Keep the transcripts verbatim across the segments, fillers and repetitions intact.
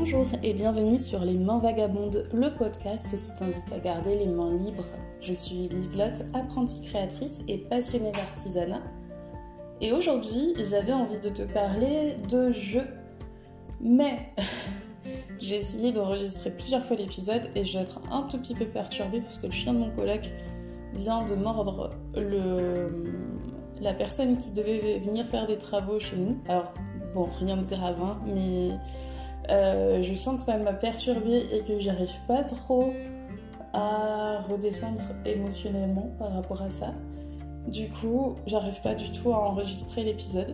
Bonjour et bienvenue sur Les Mains Vagabondes, le podcast qui t'invite à garder les mains libres. Je suis Liselotte, apprentie créatrice et passionnée d'artisanat. Et aujourd'hui, j'avais envie de te parler de jeux. Mais j'ai essayé d'enregistrer plusieurs fois l'épisode et je vais être un tout petit peu perturbée parce que le chien de mon coloc vient de mordre le... la personne qui devait venir faire des travaux chez nous. Alors, bon, rien de grave, hein, mais... Euh, je sens que ça m'a perturbée et que j'arrive pas trop à redescendre émotionnellement par rapport à ça. Du coup, j'arrive pas du tout à enregistrer l'épisode.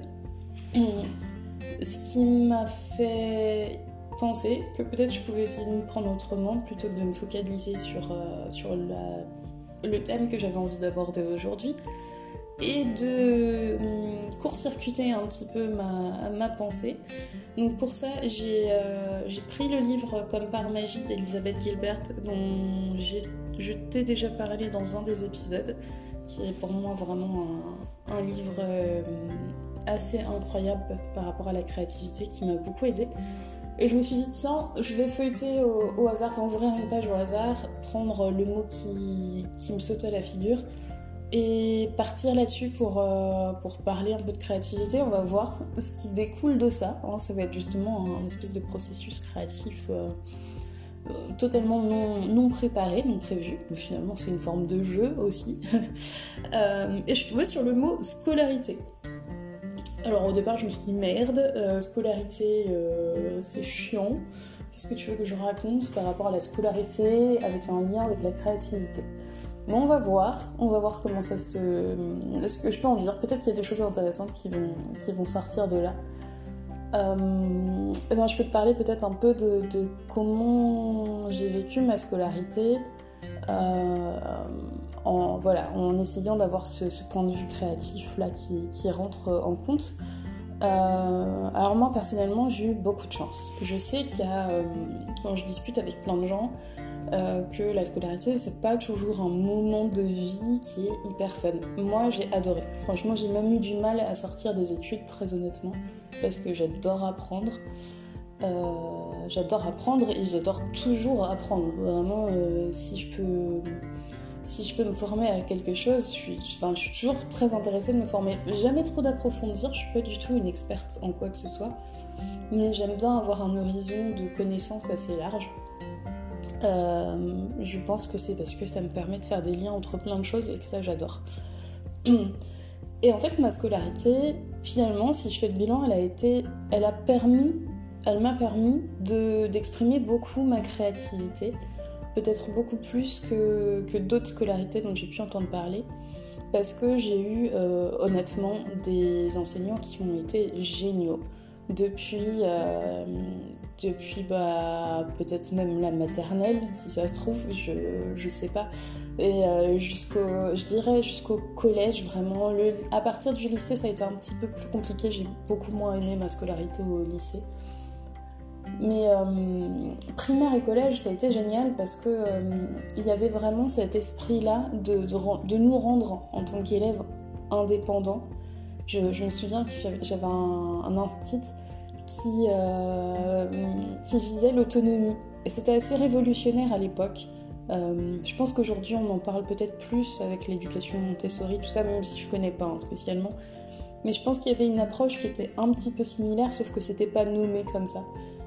Ce qui m'a fait penser que peut-être je pouvais essayer de me prendre autrement plutôt que de me focaliser sur, euh, sur la, le thème que j'avais envie d'aborder aujourd'hui et de hum, court-circuiter un petit peu ma, ma pensée. Donc pour ça, j'ai, euh, j'ai pris le livre Comme par magie d'Elizabeth Gilbert, dont j'ai, je t'ai déjà parlé dans un des épisodes, qui est pour moi vraiment un, un livre euh, assez incroyable par rapport à la créativité, qui m'a beaucoup aidée. Et je me suis dit, tiens, je vais feuilleter au, au hasard, enfin, ouvrir une page au hasard, prendre le mot qui, qui me saute à la figure, et partir là-dessus pour, euh, pour parler un peu de créativité. On va voir ce qui découle de ça. Hein. Ça va être justement un espèce de processus créatif euh, euh, totalement non, non préparé, non prévu. Donc, finalement, c'est une forme de jeu aussi. euh, et je suis tombée sur le mot scolarité. Alors au départ, je me suis dit merde, euh, scolarité, euh, c'est chiant. Qu'est-ce que tu veux que je raconte par rapport à la scolarité avec un lien avec la créativité ? Mais on va voir, on va voir comment ça se... ce que je peux en dire. Peut-être qu'il y a des choses intéressantes qui vont, qui vont sortir de là. Euh, et ben, je peux te parler peut-être un peu de, de comment j'ai vécu ma scolarité euh, en, voilà, en essayant d'avoir ce, ce point de vue créatif-là qui, qui rentre en compte. Euh, alors moi, personnellement, j'ai eu beaucoup de chance. Je sais qu'il y a, euh, quand je discute avec plein de gens, Euh, que la scolarité c'est pas toujours un moment de vie qui est hyper fun. Moi j'ai adoré, franchement j'ai même eu du mal à sortir des études très honnêtement parce que j'adore apprendre euh, j'adore apprendre et j'adore toujours apprendre vraiment euh, si je peux si je peux me former à quelque chose je suis, enfin, je suis toujours très intéressée de me former, jamais trop d'approfondir, je suis pas du tout une experte en quoi que ce soit mais j'aime bien avoir un horizon de connaissances assez large. Euh, je pense que c'est parce que ça me permet de faire des liens entre plein de choses et que ça j'adore. Et en fait ma scolarité, finalement, si je fais le bilan, elle a été, elle a permis, elle m'a permis de, d'exprimer beaucoup ma créativité, peut-être beaucoup plus que, que d'autres scolarités dont j'ai pu entendre parler, parce que j'ai eu euh, honnêtement des enseignants qui ont été géniaux. Depuis, euh, depuis bah, peut-être même la maternelle, si ça se trouve, je, je sais pas. Et euh, jusqu'au, je dirais jusqu'au collège, vraiment. Le, à partir du lycée, ça a été un petit peu plus compliqué. J'ai beaucoup moins aimé ma scolarité au lycée. Mais euh, primaire et collège, ça a été génial parce que euh, il y avait vraiment cet esprit-là de, de, de nous rendre en tant qu'élèves indépendants. Je, je me souviens que j'avais un, un instit qui, euh, qui visait l'autonomie. Et c'était assez révolutionnaire à l'époque. Euh, je pense qu'aujourd'hui, on en parle peut-être plus avec l'éducation Montessori, tout ça, même si je ne connais pas hein, spécialement. Mais je pense qu'il y avait une approche qui était un petit peu similaire, sauf que c'était pas nommé comme ça.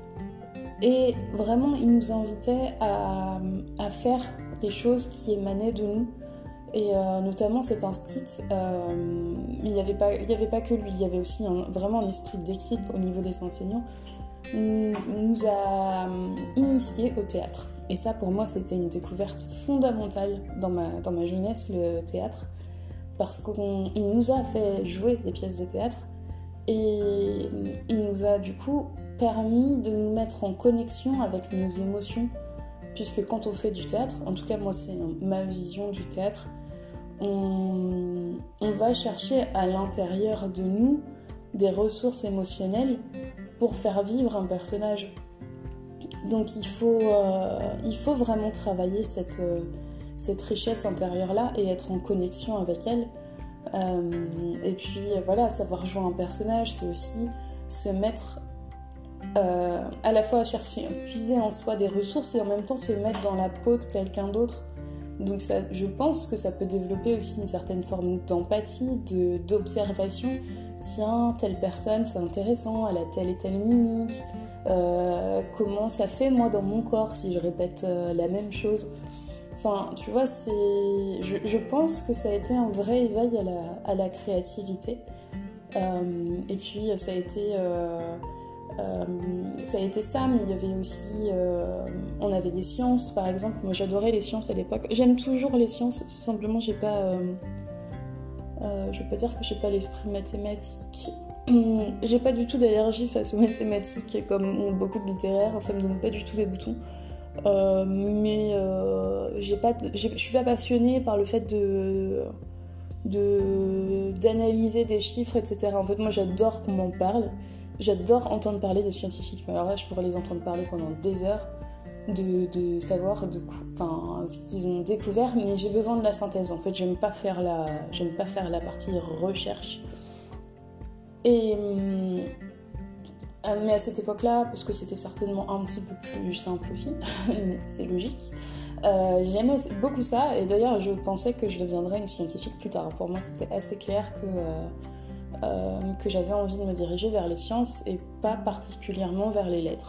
Et vraiment, il nous invitait à, à faire les choses qui émanaient de nous. Et euh, notamment cet instit, euh, il n'y avait pas, il n'y avait pas que lui, il y avait aussi un, vraiment un esprit d'équipe au niveau des enseignants, nous, nous a initiés au théâtre. Et ça pour moi c'était une découverte fondamentale dans ma, dans ma jeunesse, le théâtre, parce qu'il nous a fait jouer des pièces de théâtre et il nous a du coup permis de nous mettre en connexion avec nos émotions. Puisque quand on fait du théâtre, en tout cas moi c'est ma vision du théâtre, on, on va chercher à l'intérieur de nous des ressources émotionnelles pour faire vivre un personnage. Donc il faut, euh, il faut vraiment travailler cette, euh, cette richesse intérieure-là et être en connexion avec elle. Euh, et puis voilà, savoir jouer un personnage, c'est aussi se mettre euh, à la fois chercher, puiser en soi des ressources et en même temps se mettre dans la peau de quelqu'un d'autre. Donc ça, je pense que ça peut développer aussi une certaine forme d'empathie, de, d'observation. Tiens, telle personne, c'est intéressant, elle a telle et telle mimique. Euh, comment ça fait, moi, dans mon corps, si je répète euh, la même chose. Enfin, tu vois, c'est... Je, je pense que ça a été un vrai éveil à la, à la créativité. Euh, et puis, ça a été... Euh, Euh, ça a été ça, mais il y avait aussi euh, on avait des sciences par exemple. Moi j'adorais les sciences à l'époque, j'aime toujours les sciences, simplement j'ai pas euh, euh, je veux pas dire que j'ai pas l'esprit mathématique. J'ai pas du tout d'allergie face aux mathématiques comme ont beaucoup de littéraires, ça me donne pas du tout des boutons. Euh, mais euh, j'ai pas de, j'ai, je suis pas passionnée par le fait de, de d'analyser des chiffres, et cetera. En fait, moi j'adore qu'on m'en parle. J'adore entendre parler des scientifiques, mais alors là, je pourrais les entendre parler pendant des heures, de, de savoir de, enfin, ce qu'ils ont découvert, mais j'ai besoin de la synthèse. En fait, j'aime pas faire la, j'aime pas faire la partie recherche. Et, euh, mais à cette époque-là, parce que c'était certainement un petit peu plus simple aussi, c'est logique, euh, j'aimais beaucoup ça, et d'ailleurs, je pensais que je deviendrais une scientifique plus tard. Pour moi, c'était assez clair que... Euh, Euh, que j'avais envie de me diriger vers les sciences et pas particulièrement vers les lettres.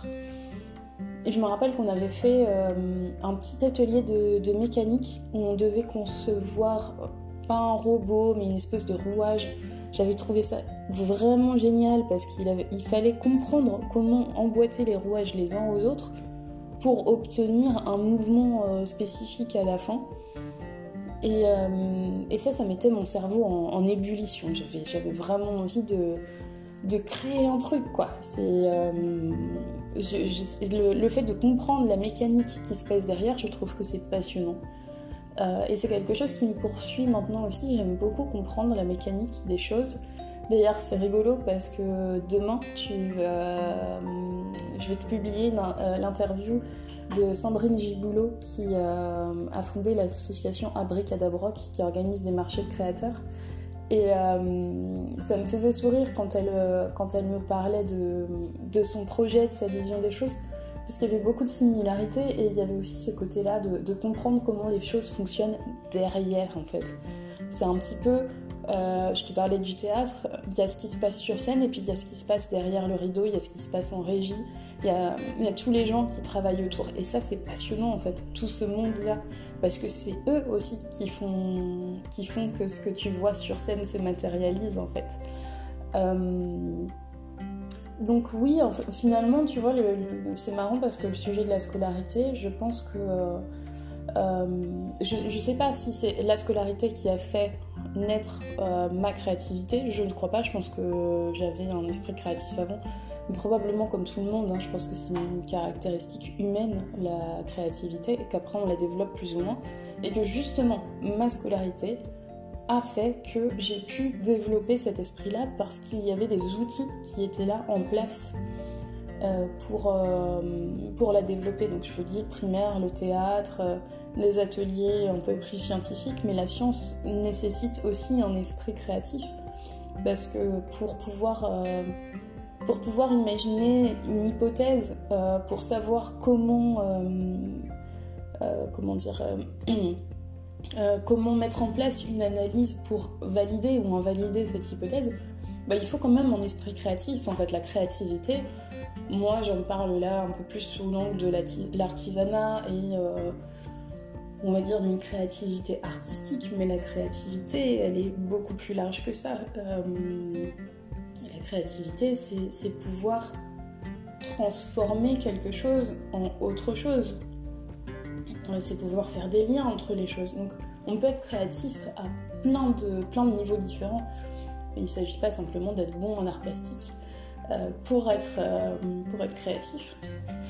Et je me rappelle qu'on avait fait euh, un petit atelier de, de mécanique où on devait concevoir, pas un robot, mais une espèce de rouage. J'avais trouvé ça vraiment génial parce qu'il avait, il fallait comprendre comment emboîter les rouages les uns aux autres pour obtenir un mouvement euh, spécifique à la fin. Et, euh, et ça, ça mettait mon cerveau en, en ébullition. J'avais, j'avais vraiment envie de, de créer un truc, quoi. C'est, euh, je, je, le, le fait de comprendre la mécanique qui se passe derrière, je trouve que c'est passionnant. Euh, et c'est quelque chose qui me poursuit maintenant aussi. J'aime beaucoup comprendre la mécanique des choses. D'ailleurs, c'est rigolo parce que demain, tu, euh, je vais te publier une, euh, l'interview de Sandrine Giboulot qui euh, a fondé l'association Abricadabroc qui organise des marchés de créateurs. Et euh, ça me faisait sourire quand elle, quand elle me parlait de, de son projet, de sa vision des choses, parce qu'il y avait beaucoup de similarités et il y avait aussi ce côté-là de, de comprendre comment les choses fonctionnent derrière, en fait. C'est un petit peu... Euh, je te parlais du théâtre, il y a ce qui se passe sur scène et puis il y a ce qui se passe derrière le rideau, il y a ce qui se passe en régie, il y a, il y a tous les gens qui travaillent autour. Et ça, c'est passionnant, en fait, tout ce monde-là, parce que c'est eux aussi qui font, qui font que ce que tu vois sur scène se matérialise, en fait. Euh... Donc oui, en fait, finalement, tu vois, le, le, c'est marrant parce que le sujet de la scolarité, je pense que... Euh, euh, je, je sais pas si c'est la scolarité qui a fait naître euh, ma créativité, je ne crois pas, je pense que j'avais un esprit créatif avant, mais probablement comme tout le monde, hein, je pense que c'est une caractéristique humaine, la créativité, et qu'après on la développe plus ou moins, et que justement, ma scolarité a fait que j'ai pu développer cet esprit-là parce qu'il y avait des outils qui étaient là en place euh, pour, euh, pour la développer. Donc je le dis, le primaire, le théâtre, euh, des ateliers un peu plus scientifiques, mais la science nécessite aussi un esprit créatif parce que pour pouvoir, euh, pour pouvoir imaginer une hypothèse, euh, pour savoir comment, euh, euh, comment dire, euh, euh, comment mettre en place une analyse pour valider ou invalider cette hypothèse, bah, il faut quand même un esprit créatif. En fait, la créativité, moi j'en parle là un peu plus sous l'angle de l'artisanat et euh, on va dire d'une créativité artistique, mais la créativité, elle est beaucoup plus large que ça. Euh, la créativité, c'est, c'est pouvoir transformer quelque chose en autre chose. C'est pouvoir faire des liens entre les choses. Donc, on peut être créatif à plein de, plein de niveaux différents. Il ne s'agit pas simplement d'être bon en art plastique euh, pour, être, euh, pour être créatif.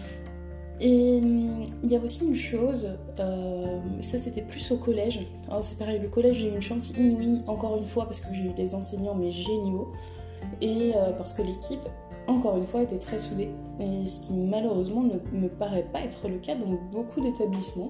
Et il y a aussi une chose, euh, ça c'était plus au collège. Alors, c'est pareil, le collège, j'ai eu une chance inouïe, encore une fois, parce que j'ai eu des enseignants mais géniaux, et euh, parce que l'équipe, encore une fois, était très soudée. Et ce qui malheureusement ne me paraît pas être le cas dans beaucoup d'établissements.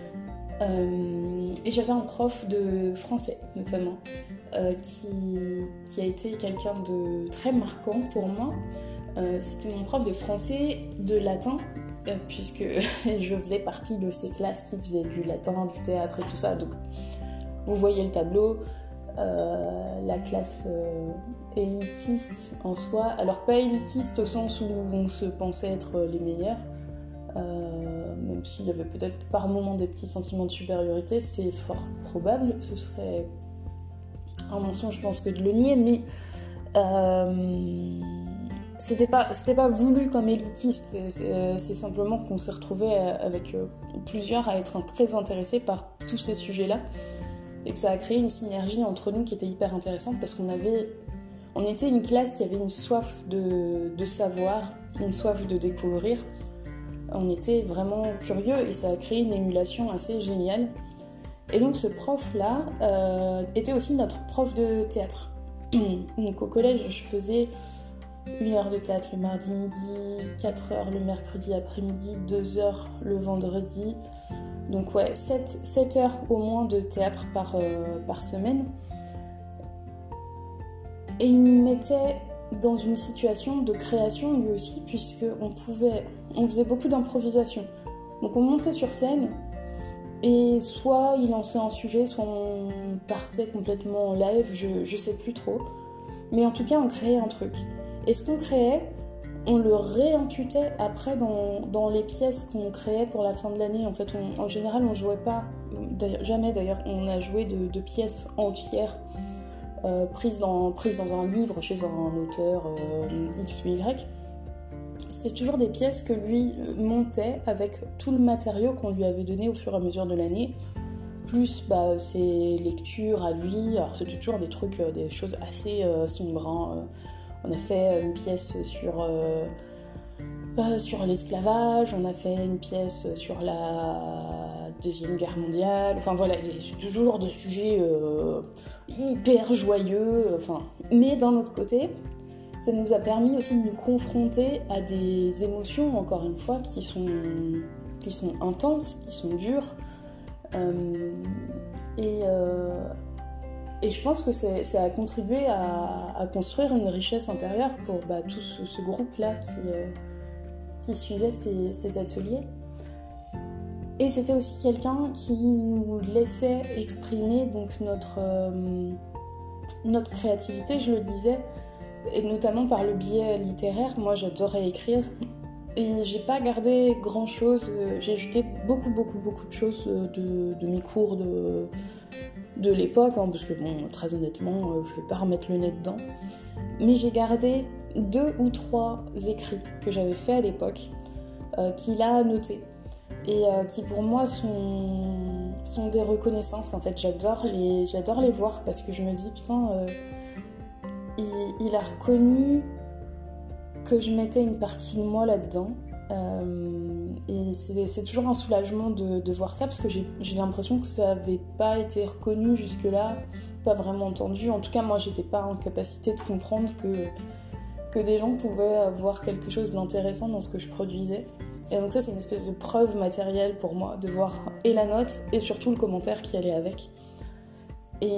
Euh, et j'avais un prof de français, notamment, euh, qui, qui a été quelqu'un de très marquant pour moi. Euh, c'était mon prof de français, de latin, euh, puisque je faisais partie de ces classes qui faisaient du latin, du théâtre et tout ça. Donc, vous voyez le tableau, euh, la classe euh, élitiste en soi. Alors, pas élitiste au sens où on se pensait être les meilleurs, euh, même s'il y avait peut-être par moments des petits sentiments de supériorité, c'est fort probable, ce serait un mensonge, je pense, que de le nier, mais euh, c'était pas, c'était pas voulu comme élitiste, c'est, c'est, c'est simplement qu'on s'est retrouvés avec plusieurs à être très intéressés par tous ces sujets-là, et que ça a créé une synergie entre nous qui était hyper intéressante, parce qu'on avait, on était une classe qui avait une soif de, de savoir, une soif de découvrir. On était vraiment curieux et ça a créé une émulation assez géniale. Et donc ce prof-là euh, était aussi notre prof de théâtre. Donc au collège, je faisais une heure de théâtre le mardi midi, quatre heures le mercredi après-midi, deux heures le vendredi. Donc ouais, sept heures au moins de théâtre par, euh, par semaine. Et il nous mettait dans une situation de création lui aussi, puisqu'on pouvait, on faisait beaucoup d'improvisation. Donc on montait sur scène, et soit il lançait un sujet, soit on partait complètement en live, je, je sais plus trop. Mais en tout cas, on créait un truc. Et ce qu'on créait, on le réimputait après dans, dans les pièces qu'on créait pour la fin de l'année. En fait, on, en général, on jouait pas, d'ailleurs, jamais d'ailleurs, on a joué de, de pièces entières euh, prises, dans, prises dans un livre chez un auteur euh, X ou Y. C'était toujours des pièces que lui montait avec tout le matériau qu'on lui avait donné au fur et à mesure de l'année, plus bah, ses lectures à lui. Alors c'était toujours des trucs, des choses assez euh, sombres. Hein. On a fait une pièce sur, euh, euh, sur l'esclavage, on a fait une pièce sur la Deuxième Guerre mondiale. Enfin voilà, c'est toujours des sujets euh, hyper joyeux. Enfin, mais d'un autre côté, ça nous a permis aussi de nous confronter à des émotions, encore une fois, qui sont, qui sont intenses, qui sont dures. Euh, et, euh, et je pense que c'est, ça a contribué à, à construire une richesse intérieure pour bah, tout ce, ce groupe-là qui, euh, qui suivait ces, ces ateliers. Et c'était aussi quelqu'un qui nous laissait exprimer donc, notre, euh, notre créativité, je le disais, et notamment par le biais littéraire. Moi j'adorais écrire et j'ai pas gardé grand chose, j'ai jeté beaucoup beaucoup beaucoup de choses de, de mes cours de, de l'époque, hein, parce que bon, très honnêtement je vais pas remettre le nez dedans, mais j'ai gardé deux ou trois écrits que j'avais fait à l'époque euh, qu'il a notés et euh, qui pour moi sont, sont des reconnaissances. En fait j'adore les, j'adore les voir parce que je me dis putain euh, Il, il a reconnu que je mettais une partie de moi là-dedans. Euh, et c'est, c'est toujours un soulagement de, de voir ça, parce que j'ai, j'ai l'impression que ça n'avait pas été reconnu jusque-là, pas vraiment entendu. En tout cas, moi, j'étais pas en capacité de comprendre que, que des gens pouvaient voir quelque chose d'intéressant dans ce que je produisais. Et donc ça, c'est une espèce de preuve matérielle pour moi, de voir et la note, et surtout le commentaire qui allait avec. Et...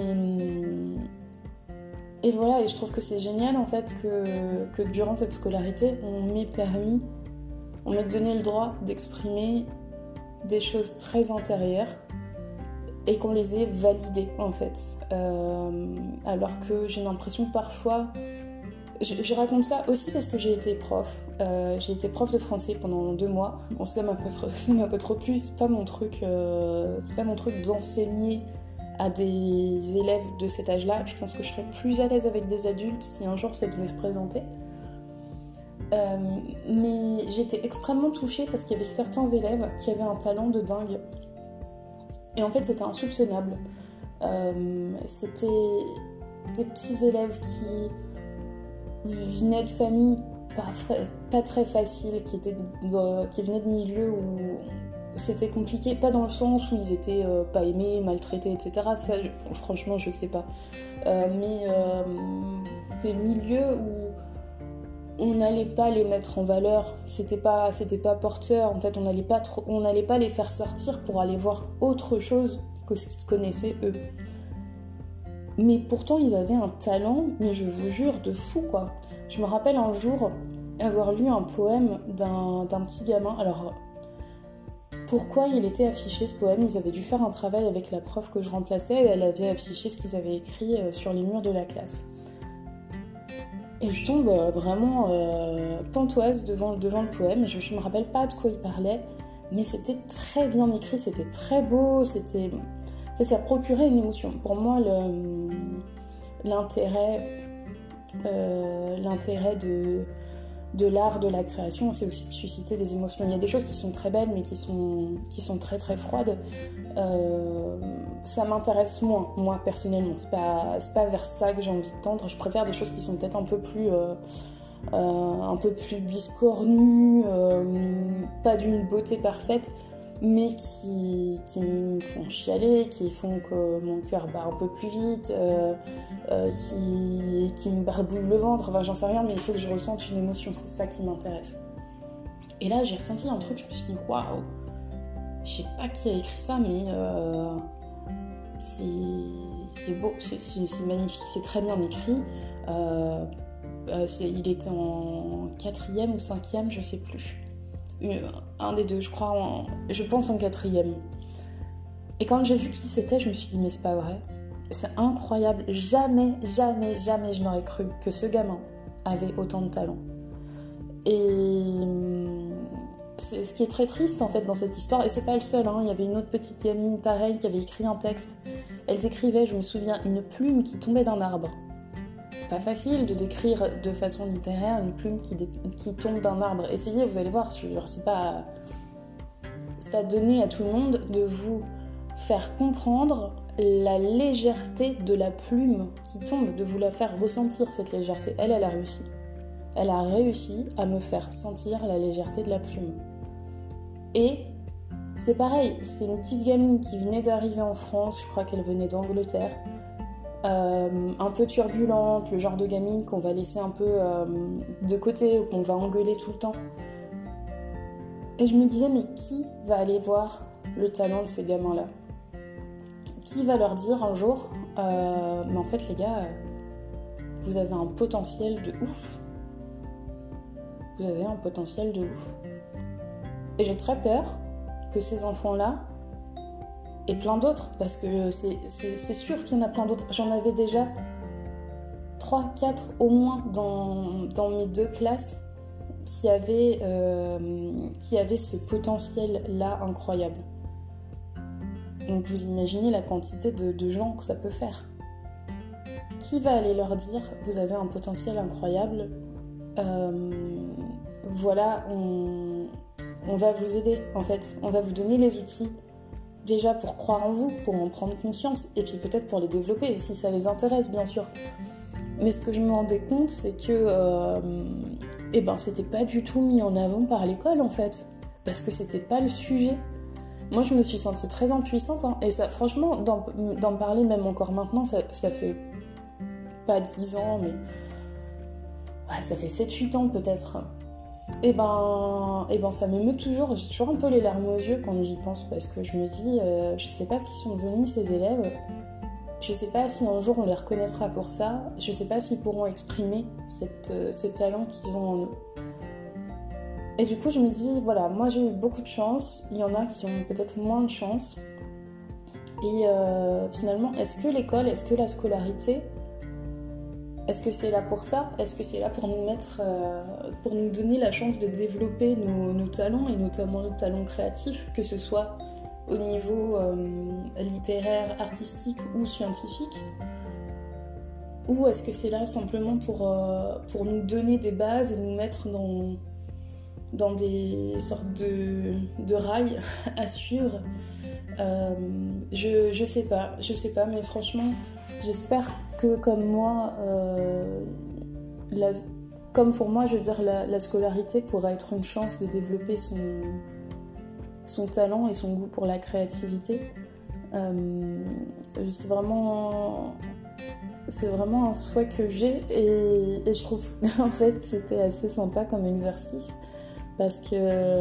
Et voilà, et je trouve que c'est génial en fait que, que durant cette scolarité, on m'ait permis, on m'ait donné le droit d'exprimer des choses très intérieures et qu'on les ait validées en fait. Euh, alors que j'ai l'impression que parfois, je, je raconte ça aussi parce que j'ai été prof, euh, j'ai été prof de français pendant deux mois. Bon, ça m'a pas, ça m'a pas trop plu, c'est pas mon truc, euh, c'est pas mon truc d'enseigner à des élèves de cet âge-là. Je pense que je serais plus à l'aise avec des adultes si un jour ça devait se présenter. Euh, mais j'étais extrêmement touchée parce qu'il y avait certains élèves qui avaient un talent de dingue. Et en fait, c'était insoupçonnable. Euh, c'était des petits élèves qui venaient de familles pas, pas très faciles, qui, étaient de, qui venaient de milieux où c'était compliqué, pas dans le sens où ils étaient euh, pas aimés, maltraités, et cetera. Ça, je, franchement, je sais pas. Euh, mais euh, des milieux où on n'allait pas les mettre en valeur, c'était pas, c'était pas porteur. En fait, on n'allait pas, trop, on n'allait pas les faire sortir pour aller voir autre chose que ce qu'ils connaissaient eux. Mais pourtant, ils avaient un talent, mais je vous jure, de fou, quoi. Je me rappelle un jour, avoir lu un poème d'un, d'un petit gamin. Alors, pourquoi il était affiché ce poème? Ils avaient dû faire un travail avec la prof que je remplaçais et elle avait affiché ce qu'ils avaient écrit sur les murs de la classe. Et je tombe vraiment euh, pantoise devant, devant le poème. Je ne me rappelle pas de quoi il parlait, mais c'était très bien écrit, c'était très beau, c'était... En fait, ça procurait une émotion. Pour moi, le, l'intérêt, euh, l'intérêt de, de l'art, de la création, c'est aussi de susciter des émotions. Il y a des choses qui sont très belles, mais qui sont, qui sont très très froides. Euh, ça m'intéresse moins, moi personnellement. C'est pas, c'est pas vers ça que j'ai envie de tendre. Je préfère des choses qui sont peut-être un peu plus, euh, euh, un peu plus biscornues, euh, pas d'une beauté parfaite, mais qui, qui me font chialer, qui font que mon cœur bat un peu plus vite, euh, euh, qui, qui me barbouille le ventre. Enfin, j'en sais rien, mais il faut que je ressente une émotion. C'est ça qui m'intéresse. Et là, j'ai ressenti un truc. Je me suis dit, waouh! Je sais pas qui a écrit ça, mais euh, c'est, c'est beau, c'est, c'est, c'est magnifique, c'est très bien écrit. Euh, euh, c'est, il était en quatrième ou cinquième, je sais plus. Un des deux, je crois, en, je pense en quatrième. Et quand j'ai vu qui c'était, je me suis dit, mais c'est pas vrai. C'est incroyable. Jamais, jamais, jamais je n'aurais cru que ce gamin avait autant de talent. Et... c'est ce qui est très triste en fait dans cette histoire, et c'est pas le seul, hein. Il y avait une autre petite gamine pareille qui avait écrit un texte. Elle décrivait, je me souviens, une plume qui tombait d'un arbre. Pas facile de décrire de façon littéraire une plume qui, dé... qui tombe d'un arbre. Essayez, vous allez voir, c'est pas... c'est pas donné à tout le monde de vous faire comprendre la légèreté de la plume qui tombe, de vous la faire ressentir cette légèreté. Elle, elle a réussi. Elle a réussi à me faire sentir la légèreté de la plume. Et c'est pareil, c'est une petite gamine qui venait d'arriver en France, je crois qu'elle venait d'Angleterre, euh, un peu turbulente, le genre de gamine qu'on va laisser un peu euh, de côté ou qu'on va engueuler tout le temps. Et je me disais, mais qui va aller voir le talent de ces gamins-là? Qui va leur dire un jour, euh, mais en fait les gars, vous avez un potentiel de ouf. Vous avez un potentiel de ouf. Et j'ai très peur que ces enfants-là, et plein d'autres, parce que c'est, c'est, c'est sûr qu'il y en a plein d'autres. J'en avais déjà trois, quatre au moins dans, dans mes deux classes qui avaient, euh, qui avaient ce potentiel-là incroyable. Donc vous imaginez la quantité de, de gens que ça peut faire. Qui va aller leur dire, vous avez un potentiel incroyable, euh, voilà, on, on va vous aider en fait, on va vous donner les outils déjà pour croire en vous, pour en prendre conscience, et puis peut-être pour les développer, si ça les intéresse bien sûr. Mais ce que je me rendais compte, c'est que euh, eh ben, c'était pas du tout mis en avant par l'école en fait, parce que c'était pas le sujet. Moi je me suis sentie très impuissante, hein, et ça, franchement, d'en, d'en parler même encore maintenant, ça, ça fait pas dix ans, mais ouais, ça fait sept huit ans peut-être. Et ben, et ben ça m'émeut toujours, j'ai toujours un peu les larmes aux yeux quand j'y pense, parce que je me dis, euh, je sais pas ce qu'ils sont devenus ces élèves, je sais pas si un jour on les reconnaîtra pour ça, je sais pas s'ils pourront exprimer cette, euh, ce talent qu'ils ont en eux. Et du coup je me dis, voilà, moi j'ai eu beaucoup de chance, il y en a qui ont peut-être moins de chance, et euh, finalement, est-ce que l'école, est-ce que la scolarité, est-ce que c'est là pour ça? Est-ce que c'est là pour nous mettre, euh, pour nous donner la chance de développer nos, nos talents, et notamment nos talents créatifs, que ce soit au niveau euh, littéraire, artistique ou scientifique? Ou est-ce que c'est là simplement pour, euh, pour nous donner des bases et nous mettre dans, dans des sortes de, de rails à suivre? euh, je, je sais pas, je sais pas, mais franchement, j'espère que comme moi, euh, la, comme pour moi, je veux dire, la, la scolarité pourrait être une chance de développer son, son talent et son goût pour la créativité. Euh, c'est vraiment, c'est vraiment un souhait que j'ai, et, et je trouve en fait c'était assez sympa comme exercice, parce que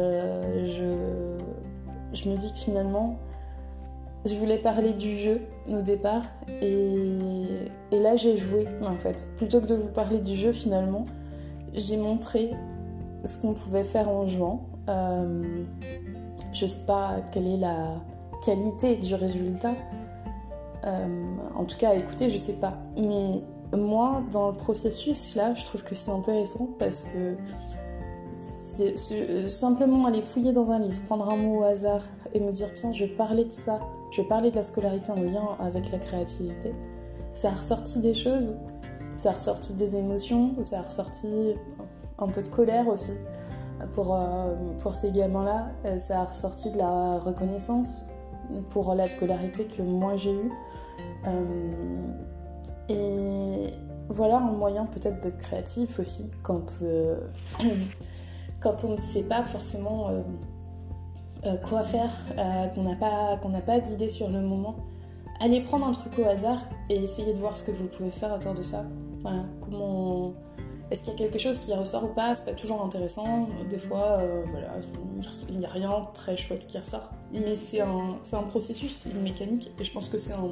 je, je me dis que finalement, je voulais parler du jeu au départ, et, et là j'ai joué en fait. Plutôt que de vous parler du jeu, finalement, j'ai montré ce qu'on pouvait faire en jouant. Euh, je sais pas quelle est la qualité du résultat. Euh, en tout cas, écoutez, je sais pas. Mais moi, dans le processus, là, je trouve que c'est intéressant parce que c'est, c'est simplement aller fouiller dans un livre, prendre un mot au hasard et me dire tiens, je vais parler de ça, je vais parler de la scolarité en lien avec la créativité. Ça a ressorti des choses, ça a ressorti des émotions, ça a ressorti un peu de colère aussi pour, euh, pour ces gamins-là. Ça a ressorti de la reconnaissance pour la scolarité que moi j'ai eue. Euh, et voilà un moyen peut-être d'être créatif aussi quand, euh, quand on ne sait pas forcément euh, euh, quoi faire, euh, qu'on n'a pas, qu'on n'a pas d'idée sur le moment. Allez prendre un truc au hasard et essayez de voir ce que vous pouvez faire autour de ça. Voilà, comment... Est-ce qu'il y a quelque chose qui ressort ou pas? C'est pas toujours intéressant. Des fois, euh, voilà, il n'y a rien de très chouette qui ressort. Mais c'est un, c'est un processus, c'est une mécanique. Et je pense que c'est un...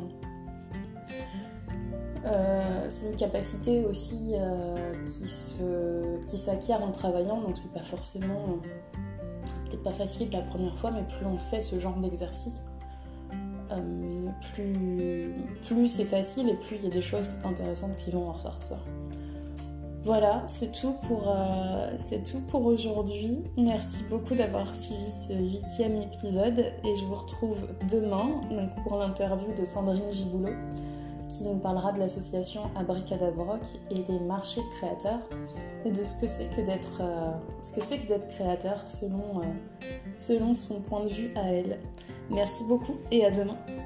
Euh, c'est une capacité aussi euh, qui, se, qui s'acquiert en travaillant. Donc c'est pas forcément... peut-être pas facile la première fois, mais plus on fait ce genre d'exercice, euh, plus, plus c'est facile et plus il y a des choses intéressantes qui vont en ressortir. Voilà, c'est tout pour, euh, c'est tout pour aujourd'hui. Merci beaucoup d'avoir suivi ce huitième épisode et je vous retrouve demain donc pour l'interview de Sandrine Giboulot qui nous parlera de l'association Abricadabroc et des marchés de créateurs et de ce que c'est que d'être, euh, ce que c'est que d'être créateur selon, euh, selon son point de vue à elle. Merci beaucoup et à demain.